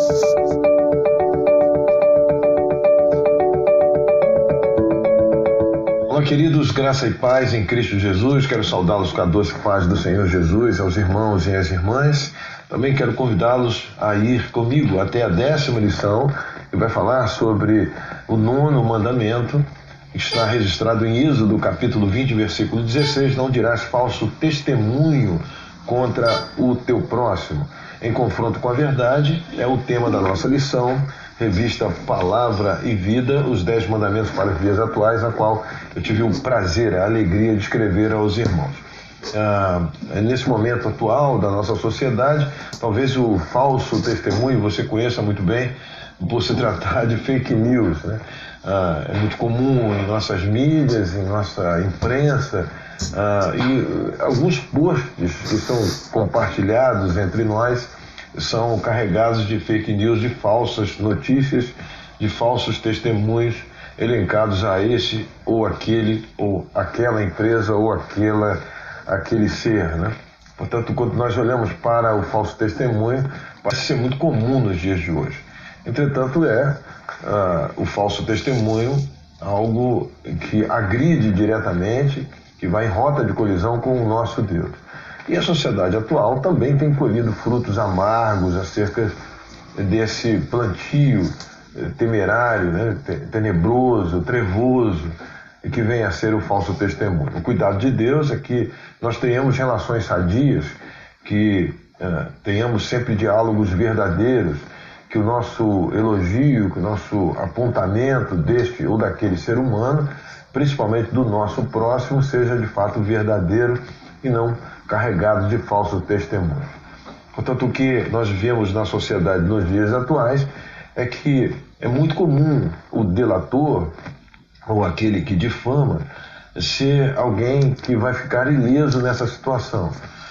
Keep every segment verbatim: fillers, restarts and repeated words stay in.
Olá, queridos, graça e paz em Cristo Jesus. Quero saudá-los com a doce paz do Senhor Jesus, aos irmãos e às irmãs. Também quero convidá-los a ir comigo até a décima lição, que vai falar sobre o nono mandamento, que está registrado em Êxodo, capítulo vinte, versículo dezesseis, não dirás falso testemunho contra o teu próximo. Em confronto com a verdade, é o tema da nossa lição, revista Palavra e Vida, os dez mandamentos para os dias atuais, a qual eu tive o prazer, a alegria de escrever aos irmãos. Ah, nesse momento atual da nossa sociedade, talvez o falso testemunho você conheça muito bem, por se tratar de fake news, né? Ah, é muito comum em nossas mídias, em nossa imprensa, ah, e alguns posts que são compartilhados entre nós são carregados de fake news, de falsas notícias, de falsos testemunhos elencados a esse ou aquele, ou aquela empresa ou aquela, aquele ser, né? Portanto, quando nós olhamos para o falso testemunho, parece ser muito comum nos dias de hoje. Entretanto, é uh, o falso testemunho algo que agride diretamente, que vai em rota de colisão com o nosso Deus. E a sociedade atual também tem colhido frutos amargos acerca desse plantio temerário, né, tenebroso, trevoso, que vem a ser o falso testemunho. O cuidado de Deus é que nós tenhamos relações sadias, que uh, tenhamos sempre diálogos verdadeiros, que o nosso elogio, que o nosso apontamento deste ou daquele ser humano, principalmente do nosso próximo, seja de fato verdadeiro e não carregado de falsos testemunhos. Portanto, o que nós vemos na sociedade nos dias atuais é que é muito comum o delator, ou aquele que difama, ser alguém que vai ficar ileso nessa situação.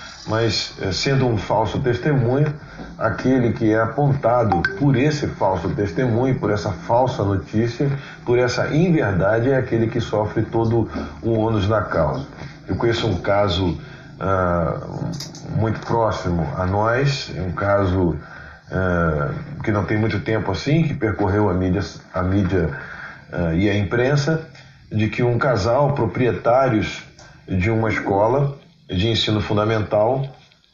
Mas, sendo um falso testemunho, aquele que é apontado por esse falso testemunho, por essa falsa notícia, por essa inverdade, é aquele que sofre todo o ônus da causa. Eu conheço um caso uh, muito próximo a nós, um caso uh, que não tem muito tempo assim, que percorreu a mídia, a mídia uh, e a imprensa, de que um casal, proprietários de uma escola de ensino fundamental,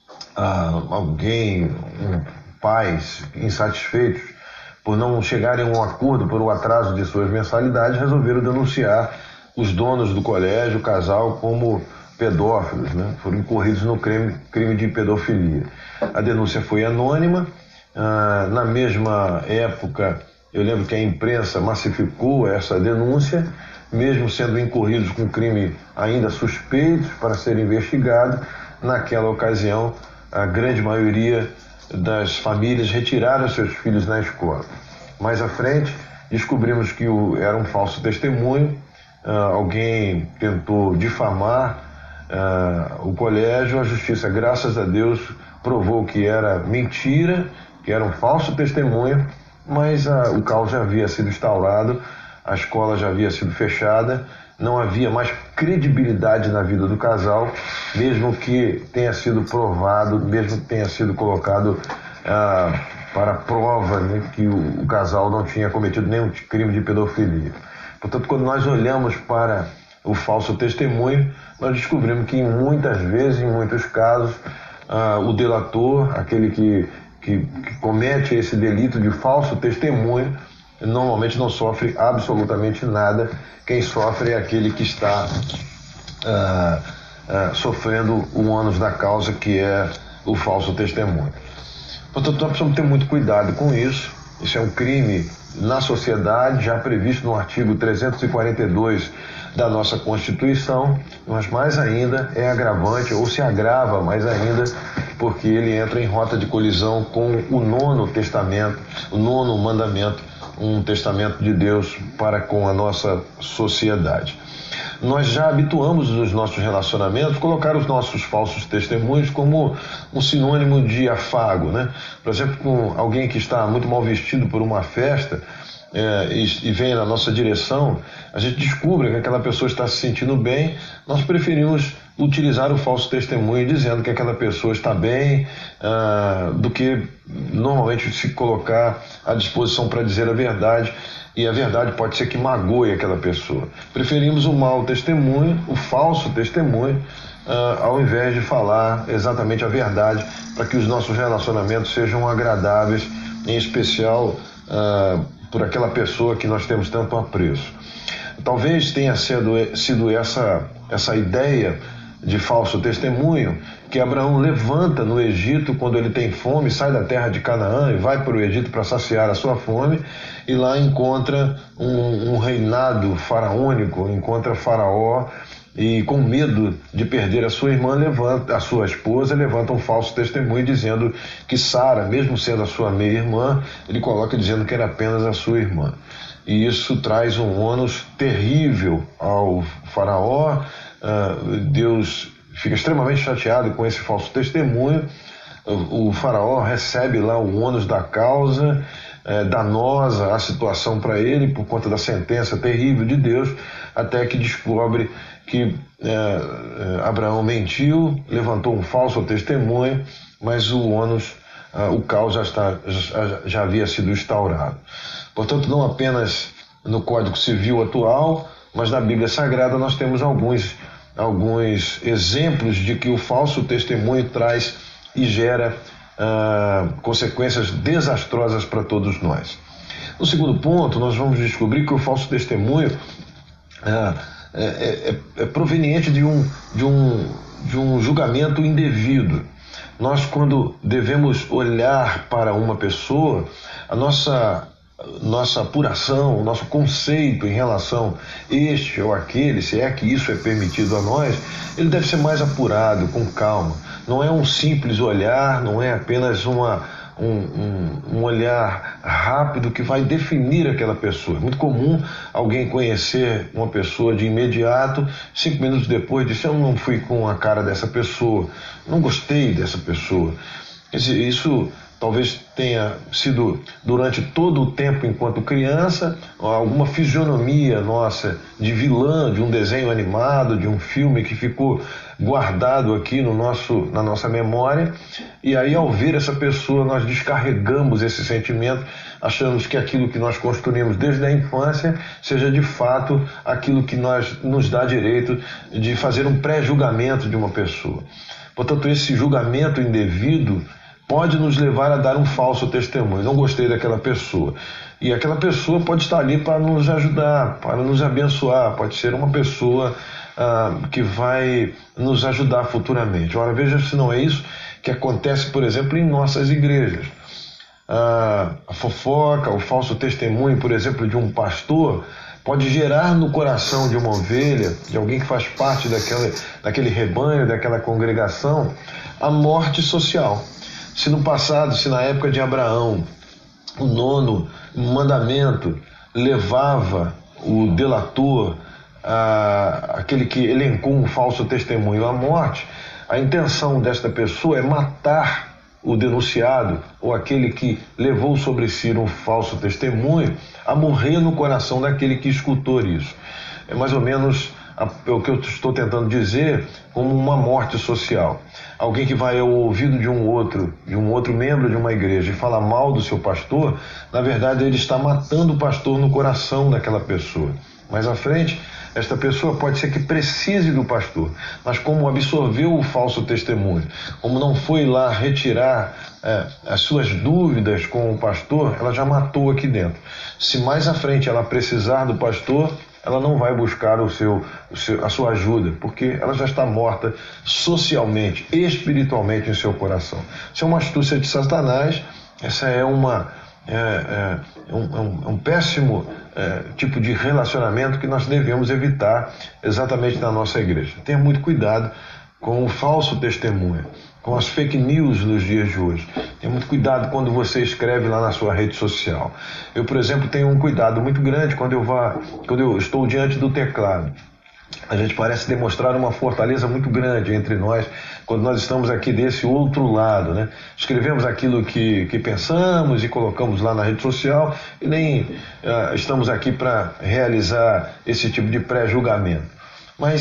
ah, alguém, um, pais insatisfeitos por não chegarem a um acordo por um atraso de suas mensalidades, resolveram denunciar os donos do colégio, o casal, como pedófilos, né? Foram incorridos no crime, crime de pedofilia. A denúncia foi anônima. Ah, na mesma época, eu lembro que a imprensa massificou essa denúncia, mesmo sendo incorridos com crime ainda suspeitos para ser investigado. Naquela ocasião, a grande maioria das famílias retiraram seus filhos na escola. Mais à frente, descobrimos que o, era um falso testemunho, uh, alguém tentou difamar uh, o colégio, a justiça, graças a Deus, provou que era mentira, que era um falso testemunho, mas uh, o caos já havia sido instaurado, a escola já havia sido fechada, não havia mais credibilidade na vida do casal, mesmo que tenha sido provado, mesmo que tenha sido colocado ah, para prova, né, que o, o casal não tinha cometido nenhum crime de pedofilia. Portanto, quando nós olhamos para o falso testemunho, nós descobrimos que muitas vezes, em muitos casos, ah, o delator, aquele que, que, que comete esse delito de falso testemunho, normalmente não sofre absolutamente nada. Quem sofre é aquele que está uh, uh, sofrendo o ônus da causa, que é o falso testemunho. Portanto, nós precisamos ter muito cuidado com isso. Isso é um crime na sociedade, já previsto no artigo trezentos e quarenta e dois da nossa Constituição, mas mais ainda é agravante, ou se agrava mais ainda, porque ele entra em rota de colisão com o nono testamento, o nono mandamento, um testamento de Deus para com a nossa sociedade. Nós já habituamos nos nossos relacionamentos colocar os nossos falsos testemunhos como um sinônimo de afago, né? Por exemplo, com alguém que está muito mal vestido por uma festa é, e, e vem na nossa direção, a gente descobre que aquela pessoa está se sentindo bem, nós preferimos utilizar o falso testemunho dizendo que aquela pessoa está bem, ah, do que normalmente se colocar à disposição para dizer a verdade, e a verdade pode ser que magoe aquela pessoa. Preferimos o mau testemunho, o falso testemunho, ah, ao invés de falar exatamente a verdade, para que os nossos relacionamentos sejam agradáveis, em especial ah, por aquela pessoa que nós temos tanto apreço. Talvez tenha sido, sido essa, essa ideia de falso testemunho que Abraão levanta no Egito quando ele tem fome, sai da terra de Canaã e vai para o Egito para saciar a sua fome, e lá encontra um, um reinado faraônico, encontra Faraó, e com medo de perder a sua irmã, levanta, a sua esposa, levanta um falso testemunho dizendo que Sara, mesmo sendo a sua meia-irmã, ele coloca dizendo que era apenas a sua irmã. E isso traz um ônus terrível ao Faraó. Uh, Deus fica extremamente chateado com esse falso testemunho. O, o Faraó recebe lá o ônus da causa, é, danosa a situação para ele por conta da sentença terrível de Deus, até que descobre que é, é, Abraão mentiu, levantou um falso testemunho, mas o ônus, uh, o caos já, está, já, já havia sido instaurado. Portanto, não apenas no Código Civil atual, mas na Bíblia Sagrada nós temos alguns, alguns exemplos de que o falso testemunho traz e gera ah, consequências desastrosas para todos nós. No segundo ponto, nós vamos descobrir que o falso testemunho ah, é, é, é proveniente de um, de, um, de um julgamento indevido. Nós, quando devemos olhar para uma pessoa, a nossa... nossa apuração, o nosso conceito em relação a este ou aquele, se é que isso é permitido a nós, ele deve ser mais apurado, com calma. Não é um simples olhar, não é apenas uma, um, um, um olhar rápido que vai definir aquela pessoa. É muito comum alguém conhecer uma pessoa de imediato, cinco minutos depois dizer: eu não fui com a cara dessa pessoa, não gostei dessa pessoa. Isso talvez tenha sido durante todo o tempo enquanto criança, alguma fisionomia nossa de vilã, de um desenho animado, de um filme que ficou guardado aqui no nosso, na nossa memória, e aí ao ver essa pessoa nós descarregamos esse sentimento, achamos que aquilo que nós construímos desde a infância seja de fato aquilo que nós, nos dá direito de fazer um pré-julgamento de uma pessoa. Portanto, esse julgamento indevido pode nos levar a dar um falso testemunho. Não gostei daquela pessoa. E aquela pessoa pode estar ali para nos ajudar, para nos abençoar, pode ser uma pessoa ah, que vai nos ajudar futuramente. Ora, veja se não é isso que acontece, por exemplo, em nossas igrejas. Ah, a fofoca, o falso testemunho, por exemplo, de um pastor, pode gerar no coração de uma ovelha, de alguém que faz parte daquela, daquele rebanho, daquela congregação, a morte social. Se no passado, se na época de Abraão, o nono mandamento levava o delator, a, aquele que elencou um falso testemunho, à morte, a intenção desta pessoa é matar o denunciado ou aquele que levou sobre si um falso testemunho a morrer no coração daquele que escutou isso. É mais ou menos o que eu estou tentando dizer como uma morte social. Alguém que vai ao ouvido de um outro, de um outro membro de uma igreja e fala mal do seu pastor, na verdade ele está matando o pastor no coração daquela pessoa. Mais à frente, esta pessoa pode ser que precise do pastor, mas como absorveu o falso testemunho, como não foi lá retirar é, as suas dúvidas com o pastor, ela já matou aqui dentro. Se mais à frente ela precisar do pastor, ela não vai buscar o seu, o seu, a sua ajuda, porque ela já está morta socialmente, espiritualmente em seu coração. Isso é uma astúcia de Satanás, essa é uma... É, é, um, é, um, é um péssimo é, tipo de relacionamento que nós devemos evitar exatamente na nossa igreja. Tenha muito cuidado com o falso testemunho, com as fake news nos dias de hoje. Tenha muito cuidado quando você escreve lá na sua rede social. Eu, por exemplo, tenho um cuidado muito grande quando eu, vá, quando eu estou diante do teclado. A gente parece demonstrar uma fortaleza muito grande entre nós quando nós estamos aqui desse outro lado, né? Escrevemos aquilo que, que pensamos e colocamos lá na rede social e nem uh, estamos aqui para realizar esse tipo de pré-julgamento. Mas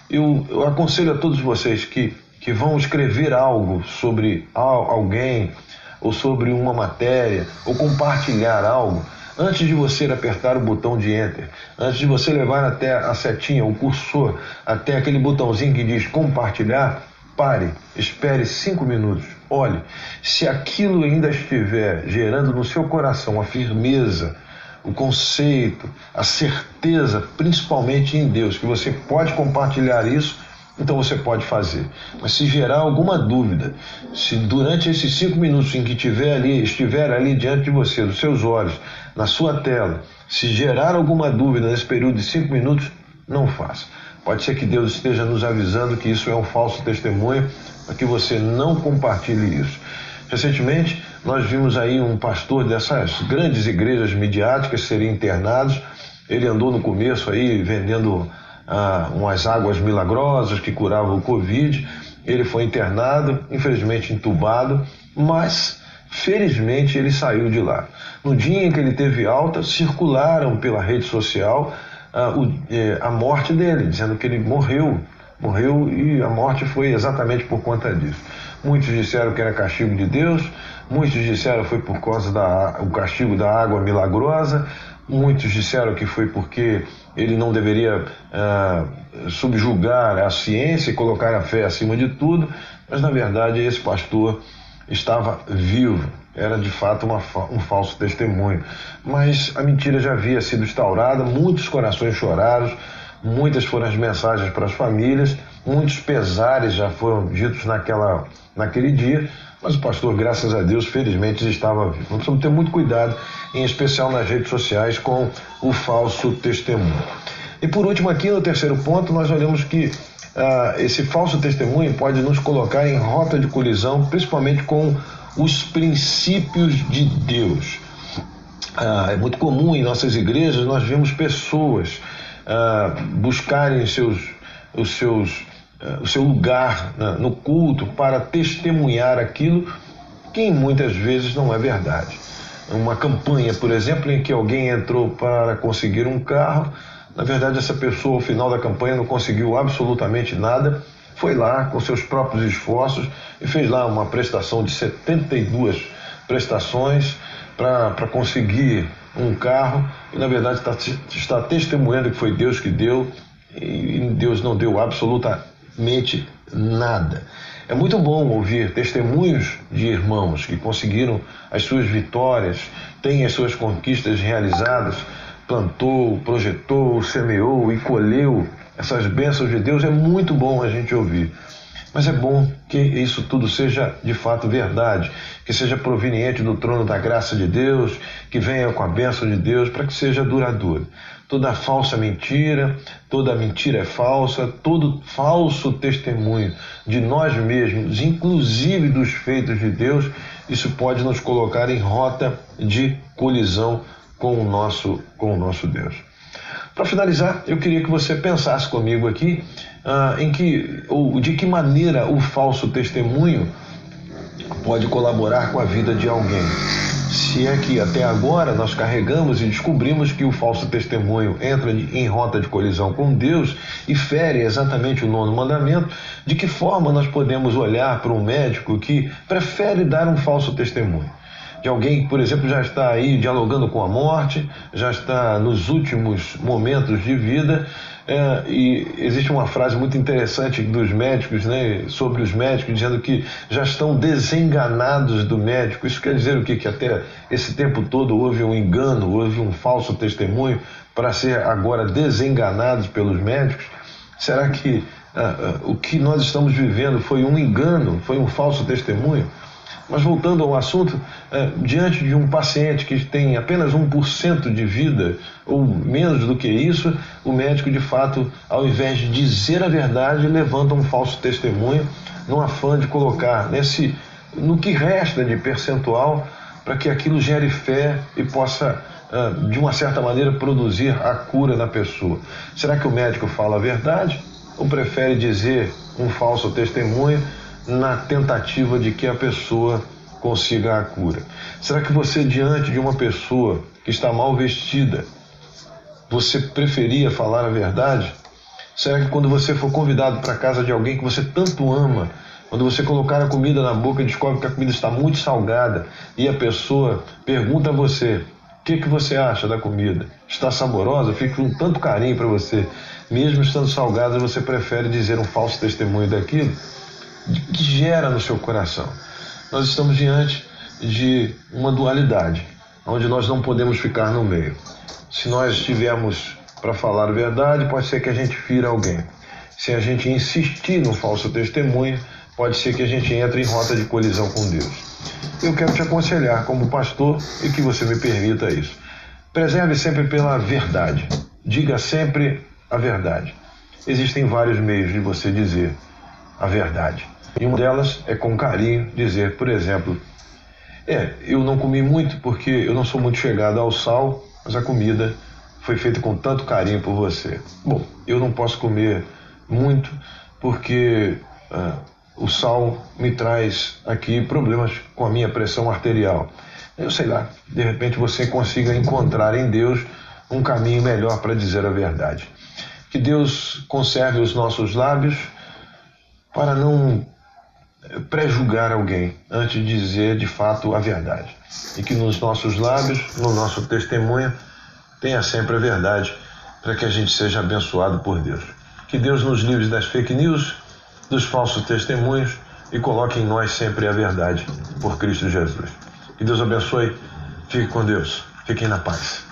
eu, eu aconselho a todos vocês que, que vão escrever algo sobre alguém, ou sobre uma matéria, ou compartilhar algo, antes de você apertar o botão de Enter, antes de você levar até a setinha, o cursor, até aquele botãozinho que diz compartilhar, pare, espere cinco minutos, olhe, se aquilo ainda estiver gerando no seu coração a firmeza, o conceito, a certeza, principalmente em Deus, que você pode compartilhar isso, então você pode fazer. Mas se gerar alguma dúvida, se durante esses cinco minutos em que tiver ali, estiver ali diante de você, dos seus olhos, na sua tela, se gerar alguma dúvida nesse período de cinco minutos, não faça. Pode ser que Deus esteja nos avisando que isso é um falso testemunho, para que você não compartilhe isso. Recentemente, nós vimos aí um pastor dessas grandes igrejas midiáticas serem internados. Ele andou no começo aí vendendo ah, umas águas milagrosas que curavam o Covid. Ele foi internado, infelizmente entubado, mas felizmente ele saiu de lá. No dia em que ele teve alta, circularam pela rede social ah, o, eh, a morte dele, dizendo que ele morreu. Morreu e a morte foi exatamente por conta disso. Muitos disseram que era castigo de Deus, muitos disseram que foi por causa do castigo da água milagrosa, muitos disseram que foi porque ele não deveria ah, subjugar a ciência e colocar a fé acima de tudo, mas na verdade esse pastor estava vivo, era de fato uma, um falso testemunho. Mas a mentira já havia sido instaurada, muitos corações choraram, muitas foram as mensagens para as famílias, muitos pesares já foram ditos naquela, naquele dia, mas o pastor, graças a Deus, felizmente estava vivo. Nós precisamos ter muito cuidado, em especial nas redes sociais, com o falso testemunho. E por último, aqui no terceiro ponto, nós olhamos que ah, esse falso testemunho pode nos colocar em rota de colisão, principalmente com os princípios de Deus. Ah, é muito comum em nossas igrejas, nós vemos pessoas Uh, buscarem seus, os seus, uh, o seu lugar uh, no culto para testemunhar aquilo que muitas vezes não é verdade. Uma campanha, por exemplo, em que alguém entrou para conseguir um carro, na verdade essa pessoa ao final da campanha não conseguiu absolutamente nada, foi lá com seus próprios esforços e fez lá uma prestação de setenta e duas prestações para conseguir um carro, e na verdade está, está testemunhando que foi Deus que deu, e Deus não deu absolutamente nada. É muito bom ouvir testemunhos de irmãos que conseguiram as suas vitórias, têm as suas conquistas realizadas, plantou, projetou, semeou e colheu essas bênçãos de Deus. É muito bom a gente ouvir. Mas é bom que isso tudo seja de fato verdade, que seja proveniente do trono da graça de Deus, que venha com a bênção de Deus, para que seja duradouro. Toda falsa mentira, toda mentira é falsa, todo falso testemunho de nós mesmos, inclusive dos feitos de Deus, isso pode nos colocar em rota de colisão com o nosso, com o nosso Deus. Para finalizar, eu queria que você pensasse comigo aqui ah, em que, ou de que maneira o falso testemunho pode colaborar com a vida de alguém. Se é que até agora nós carregamos e descobrimos que o falso testemunho entra em rota de colisão com Deus e fere exatamente o nono mandamento, de que forma nós podemos olhar para um médico que prefere dar um falso testemunho? De alguém que, por exemplo, já está aí dialogando com a morte, já está nos últimos momentos de vida, é, e existe uma frase muito interessante dos médicos, né, sobre os médicos, dizendo que já estão desenganados do médico. Isso quer dizer o quê? Que até esse tempo todo houve um engano, houve um falso testemunho para ser agora desenganados pelos médicos? Será que ah, ah, o que nós estamos vivendo foi um engano, foi um falso testemunho? Mas voltando ao assunto, eh, diante de um paciente que tem apenas um por cento de vida, ou menos do que isso, o médico, de fato, ao invés de dizer a verdade, levanta um falso testemunho, no afã de colocar nesse, no que resta de percentual, para que aquilo gere fé e possa, eh, de uma certa maneira, produzir a cura na pessoa. Será que o médico fala a verdade, ou prefere dizer um falso testemunho, na tentativa de que a pessoa consiga a cura? Será que você, diante de uma pessoa que está mal vestida, você preferia falar a verdade? Será que quando você for convidado para a casa de alguém que você tanto ama, quando você colocar a comida na boca e descobre que a comida está muito salgada e a pessoa pergunta a você: o que, que você acha da comida? Está saborosa? Fica com tanto carinho para você. Mesmo estando salgada, você prefere dizer um falso testemunho daquilo que gera no seu coração. Nós estamos diante de uma dualidade, onde nós não podemos ficar no meio. Se nós estivermos para falar a verdade, pode ser que a gente fira alguém. Se a gente insistir no falso testemunho, pode ser que a gente entre em rota de colisão com Deus. Eu quero te aconselhar como pastor e que você me permita isso. Preserve sempre pela verdade. Diga sempre a verdade. Existem vários meios de você dizer a verdade. E uma delas é com carinho dizer, por exemplo, é, eu não comi muito porque eu não sou muito chegado ao sal, mas a comida foi feita com tanto carinho por você. Bom, eu não posso comer muito porque ah, o sal me traz aqui problemas com a minha pressão arterial. Eu sei lá, de repente você consiga encontrar em Deus um caminho melhor para dizer a verdade. Que Deus conserve os nossos lábios para não pré-julgar alguém antes de dizer de fato a verdade. E que nos nossos lábios, no nosso testemunho, tenha sempre a verdade para que a gente seja abençoado por Deus. Que Deus nos livre das fake news, dos falsos testemunhos e coloque em nós sempre a verdade por Cristo Jesus. Que Deus abençoe. Fique com Deus. Fiquem na paz.